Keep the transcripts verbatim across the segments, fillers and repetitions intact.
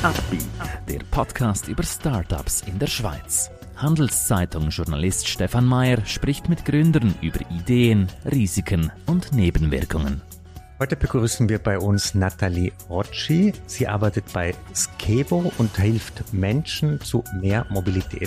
Upbeat, der Podcast über Startups in der Schweiz. Handelszeitung-Journalist Stefan Mayer spricht mit Gründern über Ideen, Risiken und Nebenwirkungen. Heute begrüßen wir bei uns Nathalie Rocci. Sie arbeitet bei Skevo und hilft Menschen zu mehr Mobilität.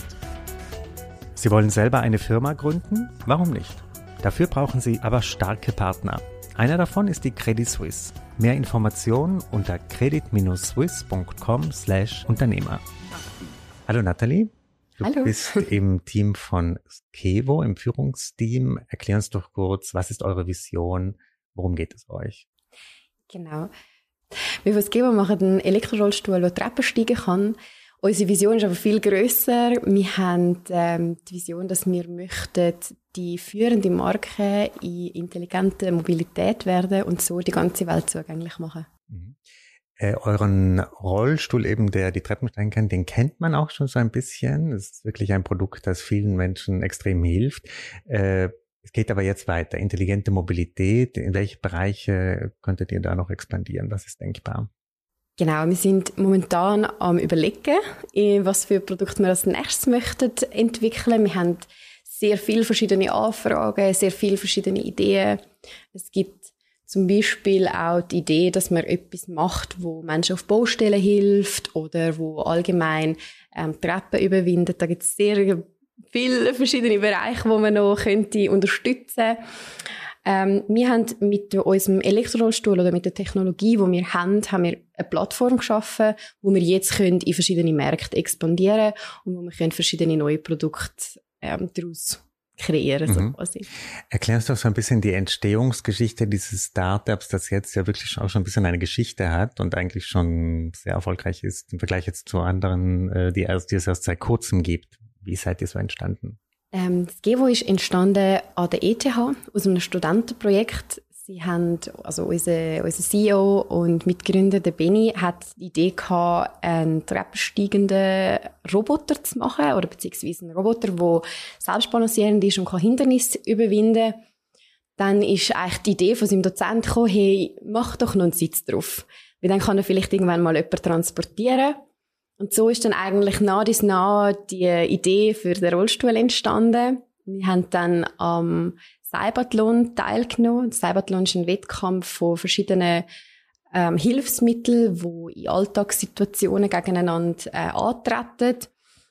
Sie wollen selber eine Firma gründen? Warum nicht? Dafür brauchen Sie aber starke Partner. Einer davon ist die Credit Suisse. Mehr Informationen unter credit suisse punkt com slash Unternehmer. Hallo Nathalie. Du Hallo. bist im Team von Skevo, im Führungsteam. Erklär uns doch kurz, was ist eure Vision? Worum geht es euch? Genau. Wir von Skevo machen einen Elektrorollstuhl, der Treppen steigen kann. Unsere Vision ist aber viel grösser. Wir haben ähm, die Vision, dass wir möchten die führende Marke in intelligente Mobilität werden und so die ganze Welt zugänglich machen. Mhm. Äh, euren Rollstuhl eben, der die Treppen steigen kann, den kennt man auch schon so ein bisschen. Es ist wirklich ein Produkt, das vielen Menschen extrem hilft. Äh, es geht aber jetzt weiter. Intelligente Mobilität. In welche Bereiche könntet ihr da noch expandieren? Was ist denkbar? Genau, wir sind momentan am Überlegen, was für Produkte wir als nächstes möchten entwickeln. Wir haben sehr viele verschiedene Anfragen, sehr viele verschiedene Ideen. Es gibt zum Beispiel auch die Idee, dass man etwas macht, wo Menschen auf Baustellen hilft oder wo allgemein ähm, Treppen überwindet. Da gibt es sehr viele verschiedene Bereiche, wo man noch könnte unterstützen könnte. Ähm, wir haben mit unserem Elektrorollstuhl oder mit der Technologie, die wir haben, haben wir eine Plattform geschaffen, wo wir jetzt können in verschiedene Märkte expandieren und wo wir können verschiedene neue Produkte ähm, daraus kreieren. So mhm. quasi. Erklär uns doch so ein bisschen die Entstehungsgeschichte dieses Startups, das jetzt ja wirklich auch schon ein bisschen eine Geschichte hat und eigentlich schon sehr erfolgreich ist im Vergleich jetzt zu anderen, äh, die, erst, die es erst seit kurzem gibt. Wie seid ihr so entstanden? Ähm, Skevo ist entstanden an der E T H aus einem Studentenprojekt. Sie haben, also unser, unser C E O und Mitgründer, der Benny, hat die Idee gehabt, einen treppensteigenden Roboter zu machen, oder beziehungsweise einen Roboter, der selbstbalancierend ist und kann Hindernisse überwinden. Dann ist eigentlich die Idee von seinem Dozent gekommen, hey, mach doch noch einen Sitz drauf. Weil dann kann er vielleicht irgendwann mal jemanden transportieren. Und so ist dann eigentlich nah bis nah die Idee für den Rollstuhl entstanden. Wir haben dann am Cybathlon teilgenommen. Der Cybathlon ist ein Wettkampf von verschiedenen ähm, Hilfsmitteln, die in Alltagssituationen gegeneinander äh, antreten.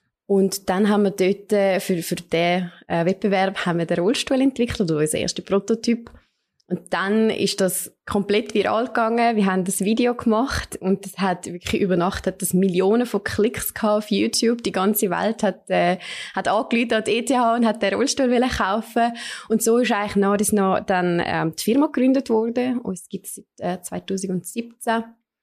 Und dann haben wir dort äh, für, für diesen äh, Wettbewerb haben wir den Rollstuhl entwickelt, oder unser erster Prototyp. Und dann ist das komplett viral gegangen. Wir haben das Video gemacht und das hat wirklich über Nacht hat das Millionen von Klicks gehabt auf YouTube. Die ganze Welt hat, äh, hat angerufen an die E T H und hat den Rollstuhl wollen kaufen. Und so ist eigentlich nach und nach dann ähm, die Firma gegründet worden. Uns gibt es seit äh, zwanzig siebzehn.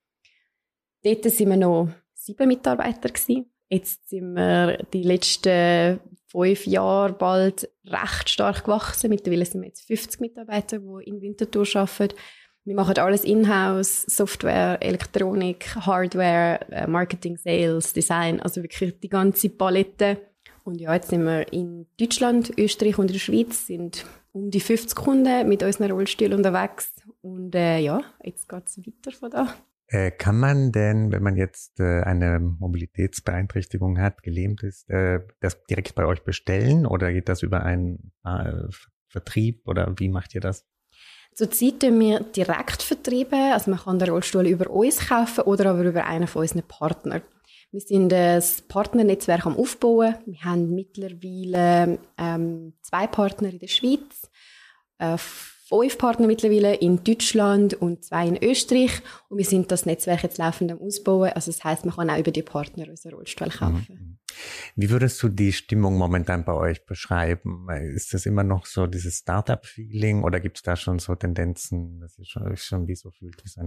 Dort sind wir noch sieben Mitarbeiter gewesen. Jetzt sind wir die letzten fünf Jahre bald recht stark gewachsen. Mittlerweile sind wir jetzt fünfzig Mitarbeiter, die in Winterthur arbeiten. Wir machen alles in-house, Software, Elektronik, Hardware, Marketing, Sales, Design, also wirklich die ganze Palette. Und ja, jetzt sind wir in Deutschland, Österreich und in der Schweiz, sind um die fünfzig Kunden mit unseren Rollstühlen unterwegs. Und äh, ja, jetzt geht es weiter von da. Äh, kann man denn, wenn man jetzt äh, eine Mobilitätsbeeinträchtigung hat, gelähmt ist, äh, das direkt bei euch bestellen oder geht das über einen äh, Vertrieb oder wie macht ihr das? Zurzeit tun wir direkt vertrieben, also man kann den Rollstuhl über uns kaufen oder aber über einen von unseren Partnern. Wir sind das Partnernetzwerk am Aufbauen. Wir haben mittlerweile ähm, zwei Partner in der Schweiz, äh, fünf Partner mittlerweile in Deutschland und zwei in Österreich. Und wir sind das Netzwerk jetzt laufend am Ausbauen. Also das heisst, man kann auch über die Partner unseren Rollstuhl kaufen. Wie würdest du die Stimmung momentan bei euch beschreiben? Ist das immer noch so dieses Startup-Feeling oder gibt es da schon so Tendenzen, dass ihr schon, schon wie so fühlt, wie so eine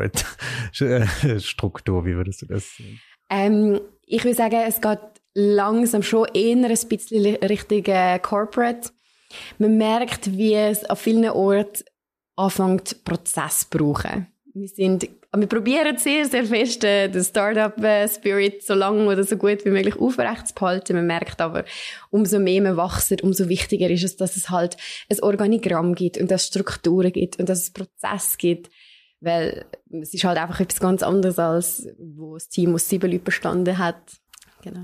Corporate-Struktur? Wie würdest du das sehen? Ähm, ich würde sagen, es geht langsam schon eher ein bisschen Richtung äh, Corporate. Man merkt, wie es an vielen Orten anfängt, Prozess zu brauchen. Wir sind, wir probieren sehr, sehr fest, äh, den Startup-Spirit so lange oder so gut wie möglich aufrechtzuerhalten. Man merkt aber, umso mehr man wächst, umso wichtiger ist es, dass es halt ein Organigramm gibt und dass es Strukturen gibt und dass es Prozesse gibt, weil es ist halt einfach etwas ganz anderes, als wo das Team aus sieben Leuten bestanden hat. Genau.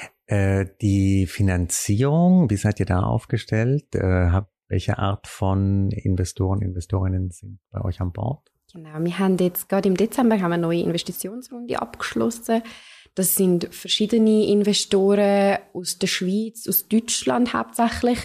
Äh, die Finanzierung, wie seid ihr da aufgestellt? Äh, hab, welche Art von Investoren, Investorinnen sind bei euch an Bord? Genau, wir haben jetzt gerade im Dezember haben wir eine neue Investitionsrunde abgeschlossen. Das sind verschiedene Investoren aus der Schweiz, aus Deutschland hauptsächlich.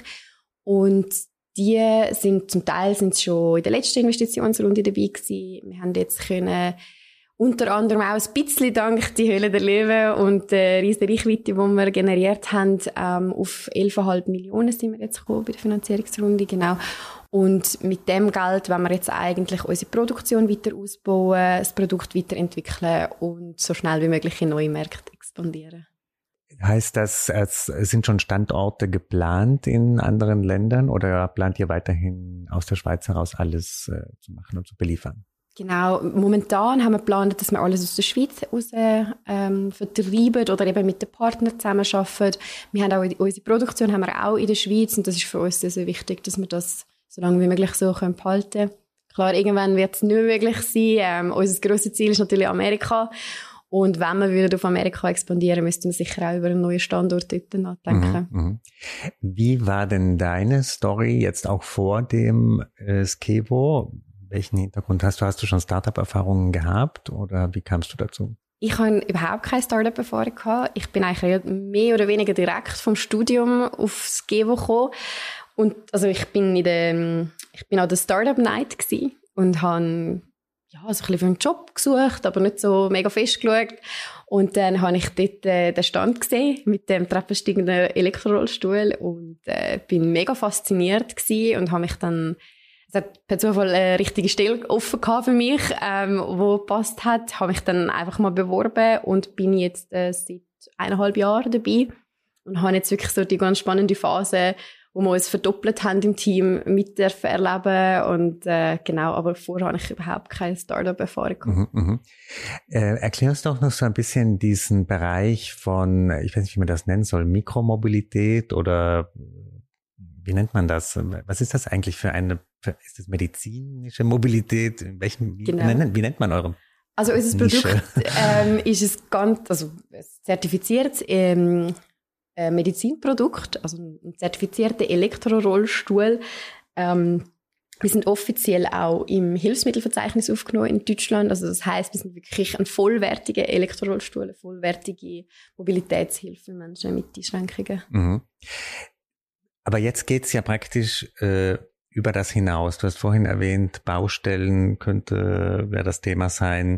Und die sind, zum Teil sind schon in der letzten Investitionsrunde dabei gewesen. Wir haben jetzt können, unter anderem auch ein bisschen dank die Höhle der Löwen und der riesen Reichweite, die wir generiert haben, ähm, auf elf Komma fünf Millionen sind wir jetzt gekommen bei der Finanzierungsrunde, genau. Und mit dem Geld wollen wir jetzt eigentlich unsere Produktion weiter ausbauen, das Produkt weiterentwickeln und so schnell wie möglich in neue Märkte expandieren. Heißt das, es sind schon Standorte geplant in anderen Ländern oder plant ihr weiterhin aus der Schweiz heraus alles äh, zu machen und zu beliefern? Genau, momentan haben wir geplant, dass wir alles aus der Schweiz raus ähm, vertreiben oder eben mit den Partnern zusammenarbeiten. Wir haben auch unsere Produktion haben wir auch in der Schweiz und das ist für uns sehr, sehr wichtig, dass wir das so lange wie möglich so können behalten. Klar, irgendwann wird es nicht mehr möglich sein. Ähm, unser grosses Ziel ist natürlich Amerika. Und wenn wir wieder auf Amerika expandieren, müssten wir sicher auch über einen neuen Standort dort nachdenken. Mhm, mh. Wie war denn deine Story jetzt auch vor dem äh, Skevo? Welchen Hintergrund hast du? Hast du schon Startup-Erfahrungen gehabt oder wie kamst du dazu? Ich habe überhaupt keine Startup-Erfahrung gehabt. Ich bin eigentlich mehr oder weniger direkt vom Studium auf Skevo gekommen. Und also ich bin in der, ich bin an der Startup Night gsi und habe ja, so ein bisschen für einen Job gesucht, aber nicht so mega fest geschaut. Und dann habe ich dort äh, den Stand gesehen mit dem treppensteigenden Elektrorollstuhl und äh, bin mega fasziniert gsi und habe mich dann, es hat per Zufall eine richtige Stelle offen gehabt für mich, ähm, wo gepasst hat, habe mich dann einfach mal beworben und bin jetzt äh, seit eineinhalb Jahren dabei und habe jetzt wirklich so die ganz spannende Phase, wo wir uns verdoppelt haben im Team, mit erleben und äh, genau, aber vorher habe ich überhaupt keine Startup-Erfahrung gehabt. Mhm, mh. äh, erklär uns doch noch so ein bisschen diesen Bereich von, ich weiß nicht, wie man das nennen soll, Mikromobilität oder wie nennt man das? Was ist das eigentlich für eine, für, ist das medizinische Mobilität? In welchem, wie, genau. nennt, wie nennt man eurem? Also unser Nische? Produkt ähm, ist es ganz, also zertifiziert, ähm, Medizinprodukt, also ein zertifizierter Elektrorollstuhl. Ähm, wir sind offiziell auch im Hilfsmittelverzeichnis aufgenommen in Deutschland. Also das heisst, wir sind wirklich ein vollwertiger Elektrorollstuhl, eine vollwertige Mobilitätshilfe für Menschen mit Einschränkungen. Mhm. Aber jetzt geht's ja praktisch äh, über das hinaus. Du hast vorhin erwähnt, Baustellen könnte wäre das Thema sein.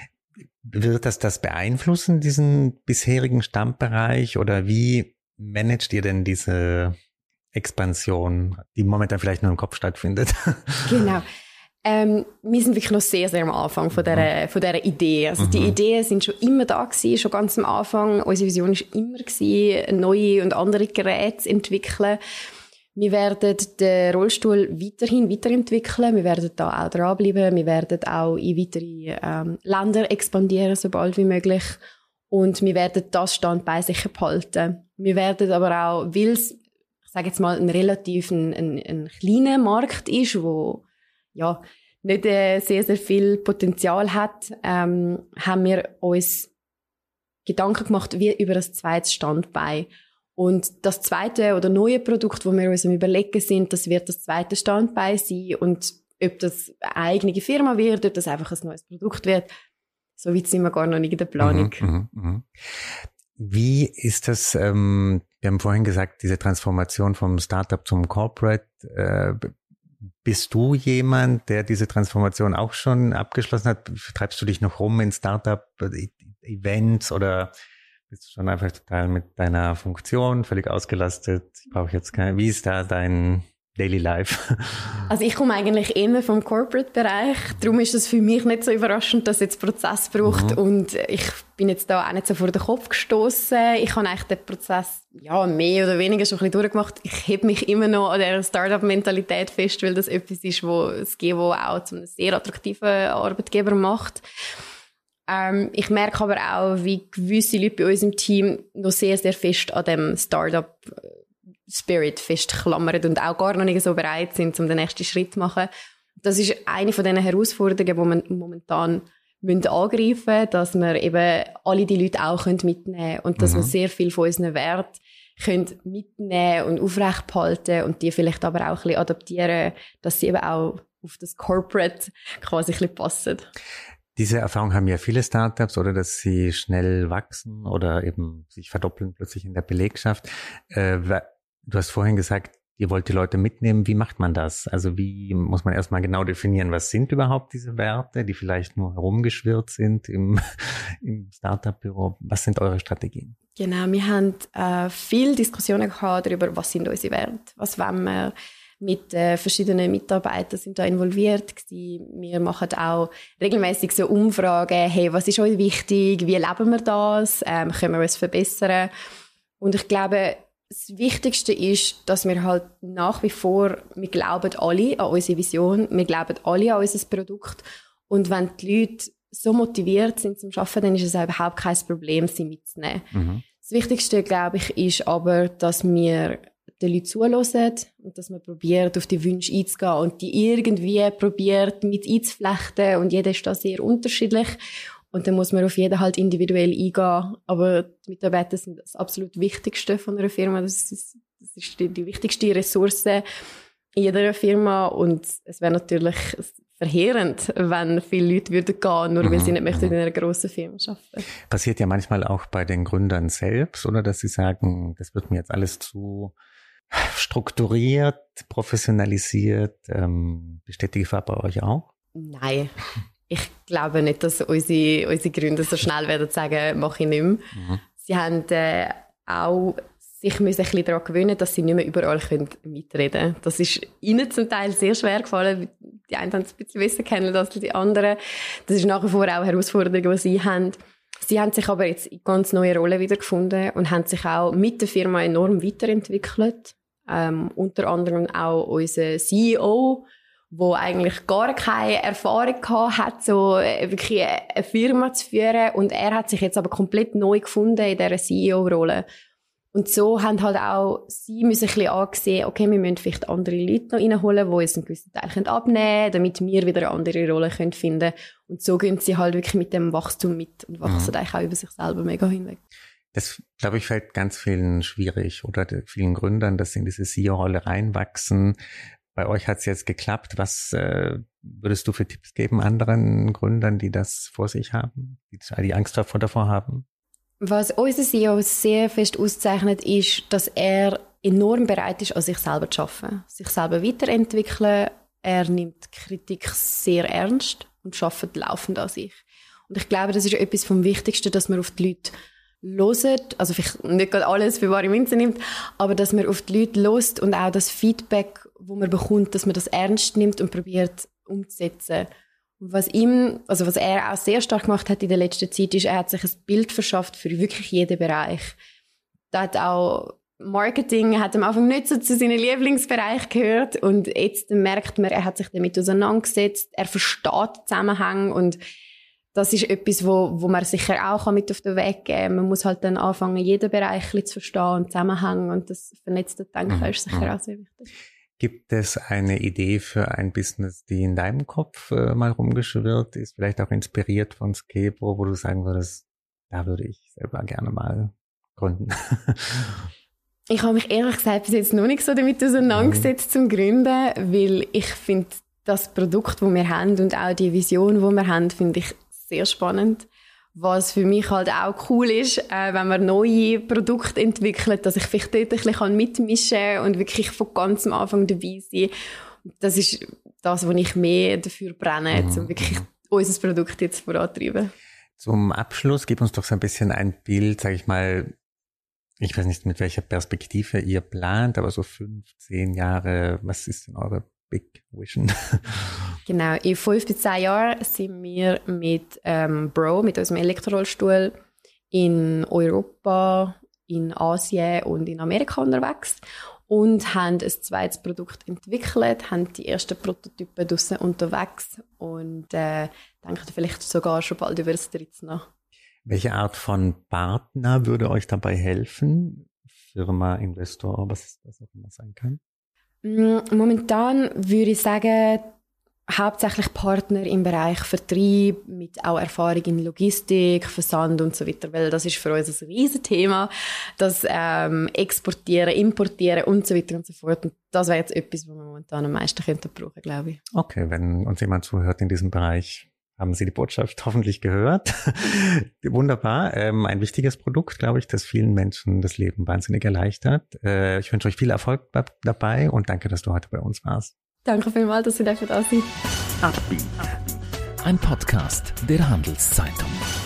Wird das das beeinflussen, diesen bisherigen Standbereich? Oder wie managt ihr denn diese Expansion, die momentan vielleicht nur im Kopf stattfindet? Genau. Ähm, wir sind wirklich noch sehr, sehr am Anfang von dieser, von dieser Idee. Also Mhm. die Ideen sind schon immer da gewesen, schon ganz am Anfang. Unsere Vision war immer gewesen, neue und andere Geräte zu entwickeln. Wir werden den Rollstuhl weiterhin weiterentwickeln. Wir werden da auch dranbleiben. Wir werden auch in weitere ähm, Länder expandieren, so bald wie möglich. Und wir werden das Standbein sicher behalten. Wir werden aber auch, weil es, ich sage jetzt mal, ein relativ ein, ein, ein kleiner Markt ist, wo ja nicht äh, sehr, sehr viel Potenzial hat, ähm, haben wir uns Gedanken gemacht, wie über das zweite Standbein. Und das zweite oder neue Produkt, das wir uns am Überlegen sind, das wird das zweite Standbein sein. Und ob das eine eigene Firma wird, ob das einfach ein neues Produkt wird, so weit sind wir gar noch nicht in der Planung. Mhm, mh. Wie ist das, ähm, wir haben vorhin gesagt, diese Transformation vom Startup zum Corporate, äh, bist du jemand, der diese Transformation auch schon abgeschlossen hat? Treibst du dich noch rum in Startup-Events oder bist du schon einfach total mit deiner Funktion völlig ausgelastet? Ich brauche jetzt keine, wie ist da dein Daily Life? Also ich komme eigentlich immer vom Corporate-Bereich. Darum ist es für mich nicht so überraschend, dass es jetzt Prozess braucht. Mhm. Und ich bin jetzt da auch nicht so vor den Kopf gestoßen. Ich habe eigentlich den Prozess ja mehr oder weniger schon ein bisschen durchgemacht. Ich hebe mich immer noch an der Startup-Mentalität fest, weil das etwas ist, was es Skevo auch zu einem sehr attraktiven Arbeitgeber macht. Ähm, ich merke aber auch, wie gewisse Leute bei uns im Team noch sehr, sehr fest an dem Startup-Spirit festklammern und auch gar noch nicht so bereit sind, um den nächsten Schritt zu machen. Das ist eine von diesen Herausforderungen, die man momentan müssen angreifen, dass wir eben alle die Leute auch mitnehmen können und dass mhm. wir sehr viel von unseren Werten können mitnehmen und aufrecht behalten und die vielleicht aber auch ein bisschen adaptieren, dass sie eben auch auf das Corporate quasi ein bisschen passen. Diese Erfahrung haben ja viele Startups, oder dass sie schnell wachsen oder eben sich verdoppeln plötzlich in der Belegschaft. Äh, du hast vorhin gesagt, ihr wollt die Leute mitnehmen. Wie macht man das? Also wie muss man erstmal genau definieren, was sind überhaupt diese Werte, die vielleicht nur herumgeschwirrt sind im, im Startup-Büro? Was sind eure Strategien? Genau, wir haben äh, viele Diskussionen gehabt darüber, was sind unsere Werte, was wollen wir. Mit äh, verschiedenen Mitarbeitern sind da involviert gewesen. Wir machen auch regelmäßig so Umfragen. Hey, was ist euch wichtig? Wie leben wir das? Ähm, können wir uns verbessern? Und ich glaube, das Wichtigste ist, dass wir halt nach wie vor, wir glauben alle an unsere Vision, wir glauben alle an unser Produkt. Und wenn die Leute so motiviert sind zum Arbeiten, dann ist es auch überhaupt kein Problem, sie mitzunehmen. Mhm. Das Wichtigste, glaube ich, ist aber, dass wir den Leuten zuhören und dass man probiert, auf die Wünsche einzugehen und die irgendwie probiert, mit einzuflechten. Und jeder ist da sehr unterschiedlich. Und dann muss man auf jeden halt individuell eingehen. Aber die Mitarbeiter sind das absolut Wichtigste von einer Firma. Das ist, das ist die, die wichtigste Ressource in jeder Firma. Und es wäre natürlich verheerend, wenn viele Leute würden gehen, nur weil sie nicht möchten in einer grossen Firma arbeiten. Passiert ja manchmal auch bei den Gründern selbst, oder? Dass sie sagen, das wird mir jetzt alles zu strukturiert, professionalisiert. Ähm, besteht die Gefahr bei euch auch? Nein. Ich glaube nicht, dass unsere, unsere Gründer so schnell werden sagen, mache ich nicht mehr. Mhm. Sie haben äh, auch sich müssen ein bisschen daran gewöhnen, dass sie nicht mehr überall können mitreden können. Das ist ihnen zum Teil sehr schwer gefallen. Die einen haben es ein bisschen besser kennen als die anderen. Das ist nach wie vor auch eine Herausforderung, die sie haben. Sie haben sich aber jetzt in ganz neue Rollen wiedergefunden und haben sich auch mit der Firma enorm weiterentwickelt. Ähm, unter anderem auch unser C E O, der eigentlich gar keine Erfahrung gehabt hat, so wirklich eine Firma zu führen. Und er hat sich jetzt aber komplett neu gefunden in dieser C E O-Rolle. Und so haben halt auch sie müssen ein bisschen angesehen, okay, wir müssen vielleicht andere Leute noch reinholen, die uns einen gewissen Teil abnehmen können, damit wir wieder eine andere Rolle können finden. Und so gehen sie halt wirklich mit dem Wachstum mit und wachsen mhm. eigentlich auch über sich selber mega hinweg. Das, glaube ich, fällt ganz vielen schwierig oder vielen Gründern, dass sie in diese C E O-Rolle reinwachsen. Bei euch hat es jetzt geklappt. Was äh, würdest du für Tipps geben anderen Gründern, die das vor sich haben, die, die Angst davor, davor haben? Was unser C E O sehr fest auszeichnet, ist, dass er enorm bereit ist, an sich selber zu arbeiten, sich selber weiterentwickeln. Er nimmt Kritik sehr ernst und arbeitet laufend an sich. Und ich glaube, das ist etwas vom Wichtigsten, dass man auf die Leute hört, also vielleicht nicht gerade alles für wahre Münze nimmt, aber dass man auf die Leute hört und auch das Feedback, wo man bekommt, dass man das ernst nimmt und probiert umzusetzen. Und was ihm, also was er auch sehr stark gemacht hat in der letzten Zeit, ist, er hat sich ein Bild verschafft für wirklich jeden Bereich. Da hat auch Marketing hat am Anfang nicht so zu seinen Lieblingsbereich gehört und jetzt merkt man, er hat sich damit auseinandergesetzt, er versteht Zusammenhänge und das ist etwas, wo, wo man sicher auch mit auf den Weg geben kann. Man muss halt dann anfangen, jeden Bereich ein bisschen zu verstehen und Zusammenhängen und das vernetzte Denken mhm. ist sicher auch sehr wichtig. Gibt es eine Idee für ein Business, die in deinem Kopf äh, mal rumgeschwirrt ist, vielleicht auch inspiriert von Skebo, wo du sagen würdest, da würde ich selber gerne mal gründen? Ich habe mich ehrlich gesagt bis jetzt noch nicht so damit auseinandergesetzt mhm. zum Gründen, weil ich finde, das Produkt, das wir haben und auch die Vision, die wir haben, finde ich sehr spannend. Was für mich halt auch cool ist, äh, wenn man neue Produkte entwickelt, dass ich vielleicht dort ein bisschen mitmischen kann und wirklich von ganz am Anfang dabei sein. Das ist das, was ich mehr dafür brenne, mhm. um wirklich unser Produkt jetzt voranzutreiben. Zum Abschluss, gib uns doch so ein bisschen ein Bild, sage ich mal, ich weiß nicht, mit welcher Perspektive ihr plant, aber so fünf, zehn Jahre, was ist denn eure Big Vision? Genau, in fünf bis zehn Jahren sind wir mit ähm, Bro, mit unserem Elektrorollstuhl in Europa, in Asien und in Amerika unterwegs und haben ein zweites Produkt entwickelt, haben die ersten Prototypen draussen unterwegs und äh, denken vielleicht sogar schon bald über das dritte nach. Welche Art von Partner würde euch dabei helfen? Firma, Investor, was das auch immer sein kann? Momentan würde ich sagen, hauptsächlich Partner im Bereich Vertrieb, mit auch Erfahrung in Logistik, Versand und so weiter, weil das ist für uns ein riesen Thema, das ähm, Exportieren, Importieren und so weiter und so fort. Und das wäre jetzt etwas, was wir momentan am meisten könnten brauchen, glaube ich. Okay, wenn uns jemand zuhört in diesem Bereich, haben Sie die Botschaft hoffentlich gehört. Wunderbar. Ähm, ein wichtiges Produkt, glaube ich, das vielen Menschen das Leben wahnsinnig erleichtert. Äh, ich wünsche euch viel Erfolg dabei und danke, dass du heute bei uns warst. Danke vielmals, dass Sie dafür da sind. Ein Podcast der Handelszeitung.